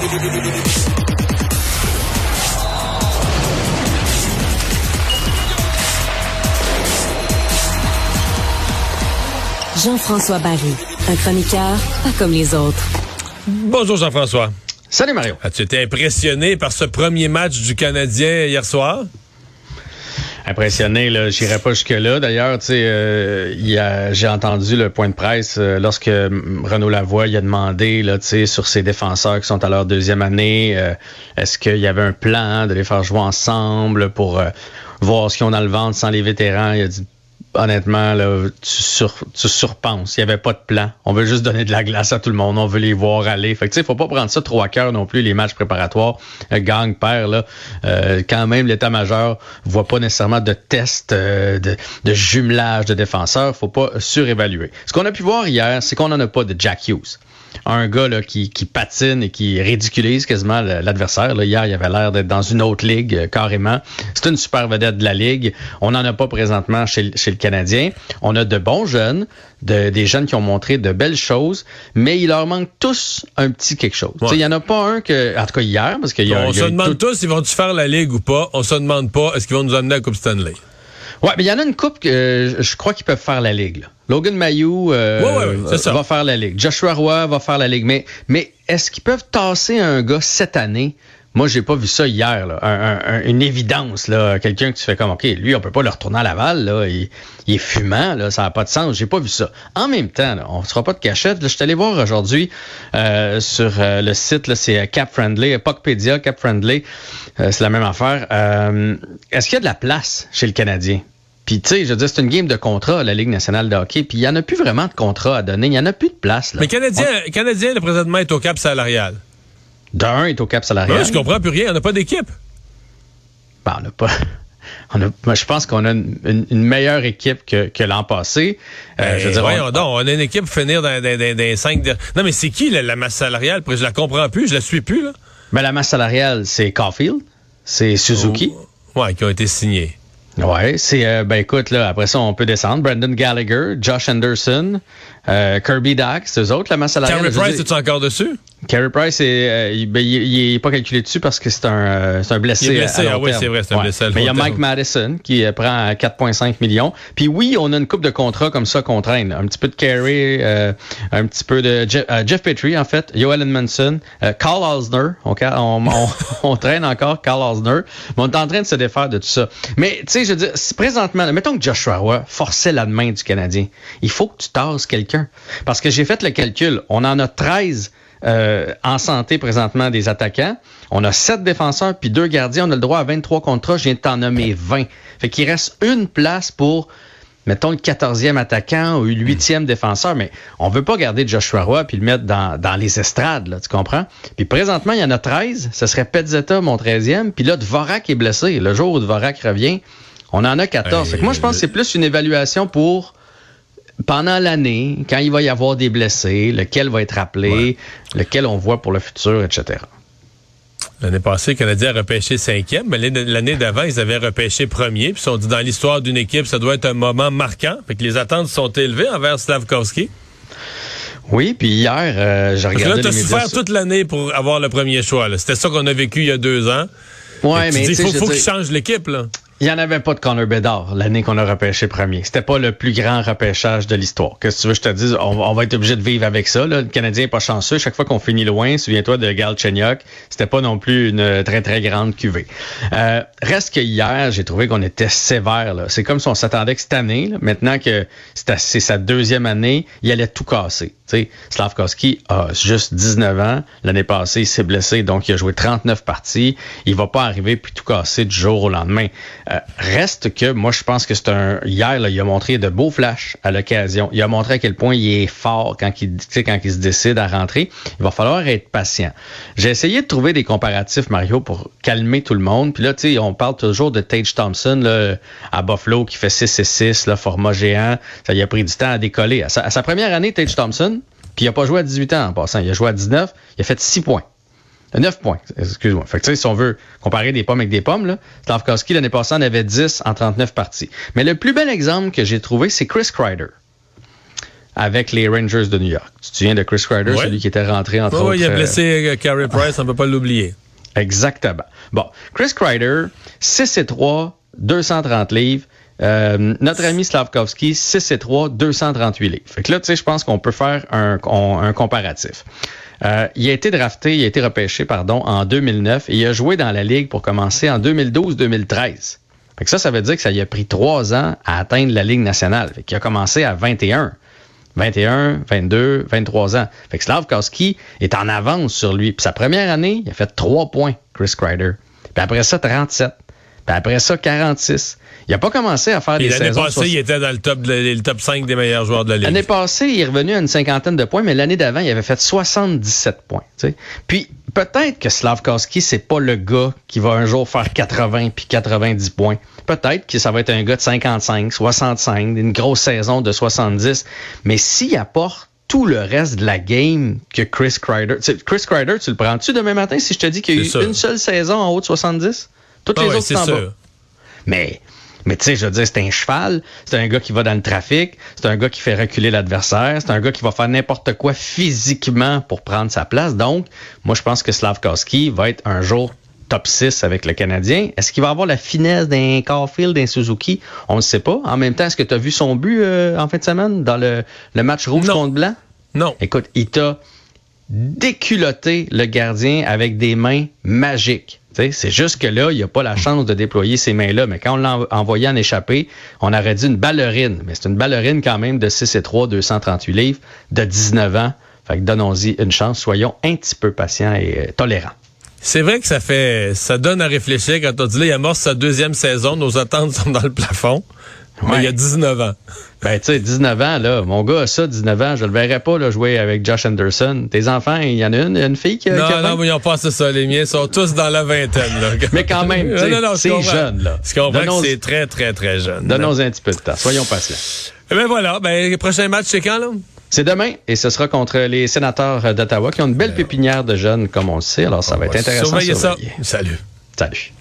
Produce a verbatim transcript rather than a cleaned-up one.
Jean-François Barry, un chroniqueur pas comme les autres. Bonjour Jean-François. Salut Mario. As-tu été impressionné par ce premier match du Canadien hier soir? Impressionné, là, j'irai pas jusque-là. D'ailleurs, tu sais, euh, il y a, j'ai entendu le point de presse euh, lorsque Renaud Lavoie il a demandé, là, tu sais, sur ses défenseurs qui sont à leur deuxième année, euh, est-ce qu'il y avait un plan hein, de les faire jouer ensemble pour euh, voir ce qu'ils ont dans le ventre sans les vétérans? Il a dit, honnêtement, là, tu, sur, tu surpenses. Il n'y avait pas de plan. On veut juste donner de la glace à tout le monde. On veut les voir aller. Fait que, tu sais, faut pas prendre ça trop à cœur non plus, les matchs préparatoires. Euh, gang, père, là. Euh, quand même, l'état-major voit pas nécessairement de tests, euh, de, de jumelage de défenseurs. Faut pas surévaluer. Ce qu'on a pu voir hier, c'est qu'on n'en a pas de Jack Hughes. Un gars là, qui, qui patine et qui ridiculise quasiment l'adversaire. Là, hier, il avait l'air d'être dans une autre ligue, euh, carrément. C'est une super vedette de la ligue. On n'en a pas présentement chez, chez le Canadien. On a de bons jeunes, de, des jeunes qui ont montré de belles choses, mais il leur manque tous un petit quelque chose. Il n'y en a pas un que... En tout cas, hier, parce qu'il y a... On y a se demande tout... tous, ils vont-tu faire la Ligue ou pas? On se demande pas, est-ce qu'ils vont nous amener à la Coupe Stanley? Ouais, mais il y en a une couple que euh, je crois qu'ils peuvent faire la Ligue. Là. Logan Mayou euh, ouais, ouais, c'est ça. va faire la Ligue. Joshua Roy va faire la Ligue. Mais, mais est-ce qu'ils peuvent tasser un gars cette année? Moi, j'ai pas vu ça hier. Là. Un, un, une évidence. Là. Quelqu'un que tu fais comme, OK, lui, on peut pas le retourner à Laval. Là. Il, il est fumant. Là. Ça n'a pas de sens. J'ai pas vu ça. En même temps, là, on ne fera pas de cachette. Là, je suis allé voir aujourd'hui euh, sur euh, le site, là, c'est Cap Friendly, Puckpedia, Cap Friendly. Euh, c'est la même affaire. Euh, est-ce qu'il y a de la place chez le Canadien? Puis, tu sais, je veux dire, c'est une game de contrat, la Ligue nationale de hockey, puis il n'y en a plus vraiment de contrat à donner. Il n'y en a plus de place. Là. Mais Canadien, on... Canadien, le présentement, est au cap salarial. D'un est au cap salarial. Ben, je comprends plus rien. On n'a pas d'équipe. Ben, on n'a pas... On a, moi, je pense qu'on a une, une, une meilleure équipe que, que l'an passé. Euh, ben, je veux dire, voyons on, donc, on a une équipe pour finir dans, dans, dans, dans les cinq... De... Non, mais c'est qui, là, la masse salariale? Je la comprends plus, je la suis plus, là. Ben, la masse salariale, c'est Caulfield, c'est Suzuki. Oh, ouais, qui ont été signés. Ouais, c'est euh, ben écoute là, après ça on peut descendre. Brandon Gallagher, Josh Anderson, euh, Kirby Dax, eux autres la masse salariale. Carey Price, es-tu encore dessus? Carey Price, est, euh, il, ben, il, il est pas calculé dessus parce que c'est un, euh, c'est un blessé. Il est blessé, à, à ah oui, c'est vrai, c'est un ouais. blessé. Mais il y a Mike Madison qui euh, prend quatre virgule cinq millions. Puis oui, on a une coupe de contrats comme ça qu'on traîne. Un petit peu de Carey, euh, un petit peu de Jeff, euh, Jeff Petrie en fait, Joel Edmondson, euh, Carl Osner. On, on, on, on traîne encore Carl Osner. Mais on est en train de se défaire de tout ça. Mais tu sais, je veux dire, si présentement, là, mettons que Joshua Roy forçait la main du Canadien, il faut que tu tasses quelqu'un. Parce que j'ai fait le calcul, on en a treize euh, en santé présentement des attaquants. On a sept défenseurs puis deux gardiens. On a le droit à vingt-trois contrats. Je viens de t'en nommer vingt. Fait qu'il reste une place pour, mettons, le quatorzième attaquant ou le huitième défenseur. Mais on veut pas garder Joshua Roy puis le mettre dans, dans les estrades, là, tu comprends? Puis présentement, il y en a treize. Ce serait Pezzetta, mon treizième. Puis là, Dvorak est blessé. Le jour où Dvorak revient, on en a quatorze. Hey, fait que moi, je pense que c'est plus une évaluation pour... pendant l'année, quand il va y avoir des blessés, lequel va être appelé, ouais. lequel on voit pour le futur, et cetera. L'année passée, le Canadien a repêché cinquième, mais l'année d'avant, ils avaient repêché premier. Puis ils ont dit, dans l'histoire d'une équipe, ça doit être un moment marquant. Fait que les attentes sont élevées envers Slavkovski. Oui, puis hier, euh, j'ai regardé Parce que là, tu as souffert so- toute l'année pour avoir le premier choix. Là. C'était ça qu'on a vécu il y a deux ans. Ouais, mais il faut, faut dire... qu'il change l'équipe, là. Il n'y en avait pas de Connor Bedard l'année qu'on a repêché premier. C'était pas le plus grand repêchage de l'histoire. Qu'est-ce que tu veux que je te dise? On, on va être obligé de vivre avec ça. Là. Le Canadien n'est pas chanceux. Chaque fois qu'on finit loin, souviens-toi de Galchenyuk, c'était pas non plus une très, très grande cuvée. Euh, reste que hier, j'ai trouvé qu'on était sévère. Là. C'est comme si on s'attendait que cette année, là, maintenant que c'est, c'est sa deuxième année, il allait tout casser. T'sais, Slavkovski a juste dix-neuf ans. L'année passée, il s'est blessé, donc il a joué trente-neuf parties. Il va pas arriver puis tout casser du jour au lendemain. Euh, reste que, moi, je pense que c'est un... Hier, là, il a montré de beaux flashs à l'occasion. Il a montré à quel point il est fort quand il, quand il se décide à rentrer. Il va falloir être patient. J'ai essayé de trouver des comparatifs, Mario, pour calmer tout le monde. Puis là, tu sais, on parle toujours de Tage Thompson là, à Buffalo qui fait six et six, là, format géant. Ça lui a pris du temps à décoller. À sa, à sa première année, Tage Thompson, puis il n'a pas joué à dix-huit ans en passant. Il a joué à dix-neuf. Il a fait six points. neuf points, excuse-moi. Fait que tu sais, si on veut comparer des pommes avec des pommes, là, Slavkovski, l'année passée, en avait dix en trente-neuf parties. Mais le plus bel exemple que j'ai trouvé, c'est Chris Kreider. avec les Rangers de New York. Tu te souviens de Chris Kreider, ouais. celui qui était rentré entre ouais, autres... Oui, il a blessé euh, Carey Price, on ne peut pas l'oublier. Exactement. Bon, Chris Kreider, six et trois, deux cent trente livres. Euh, notre ami Slavkovski, six et trois, deux cent trente-huit livres. Fait que là, tu sais, je pense qu'on peut faire un, un, un comparatif. Euh, il a été drafté, il a été repêché, pardon, en deux mille neuf et il a joué dans la Ligue pour commencer en deux mille douze deux mille treize. Fait que ça, ça veut dire que ça lui a pris trois ans à atteindre la Ligue nationale. Fait qu'il a commencé à vingt et un. vingt et un, vingt-deux, vingt-trois ans. Fait que Slavkovski est en avance sur lui. Puis sa première année, il a fait trois points, Chris Kreider. Puis après ça, trente-sept. Puis après ça, quarante-six. Il n'a pas commencé à faire et des l'année saisons... L'année passée, il était dans le top, le, le top cinq des meilleurs joueurs de la Ligue. L'année passée, il est revenu à une cinquantaine de points, mais l'année d'avant, il avait fait soixante-dix-sept points. T'sais. Puis peut-être que Slavkovski, c'est pas le gars qui va un jour faire quatre-vingts puis quatre-vingt-dix points. Peut-être que ça va être un gars de cinquante-cinq, soixante-cinq, une grosse saison de soixante-dix. Mais s'il apporte tout le reste de la game que Chris Kreider... Chris Kreider, tu le prends-tu demain matin si je te dis qu'il y a eu sûr. une seule saison en haut de soixante-dix? Toutes ah les ouais, autres, c'est en bas. Mais... Mais tu sais, je veux dire, c'est un cheval, c'est un gars qui va dans le trafic, c'est un gars qui fait reculer l'adversaire, c'est un gars qui va faire n'importe quoi physiquement pour prendre sa place. Donc, moi, je pense que Slavkovski va être un jour top six avec le Canadien. Est-ce qu'il va avoir la finesse d'un Caulfield, d'un Suzuki? On ne sait pas. En même temps, est-ce que tu as vu son but euh, en fin de semaine dans le, le match rouge non. contre blanc? Non. Écoute, il t'a déculotté le gardien avec des mains magiques. T'sais, c'est juste que là, il n'a pas la chance de déployer ces mains-là. Mais quand on l'a envoyé en échappée, on aurait dit une ballerine. Mais c'est une ballerine quand même de six et trois, deux cent trente-huit livres, de dix-neuf ans. Fait que donnons-y une chance. Soyons un petit peu patients et euh, tolérants. C'est vrai que ça fait, ça donne à réfléchir quand on dit là, il amorce sa deuxième saison, nos attentes sont dans le plafond. Mais ouais. il y a dix-neuf ans. Ben, tu sais, dix-neuf ans, là, mon gars a ça, dix-neuf ans, je le verrais pas, là, jouer avec Josh Anderson. Tes enfants, il y en a une, une fille qui a. Non, qui a non, mais ils ont pas ça. Les miens sont tous dans la vingtaine, là. Mais quand même, tu sais, c'est jeune, là. Je comprends que c'est très, très, très jeune. Donnons un petit peu de temps. Soyons patients. Eh ben voilà. Ben, le prochain match, c'est quand, là? C'est demain, et ce sera contre les Sénateurs d'Ottawa, qui ont une belle pépinière de jeunes, comme on le sait. Alors, ça on va être intéressant. Surveiller ça. Salut. Salut.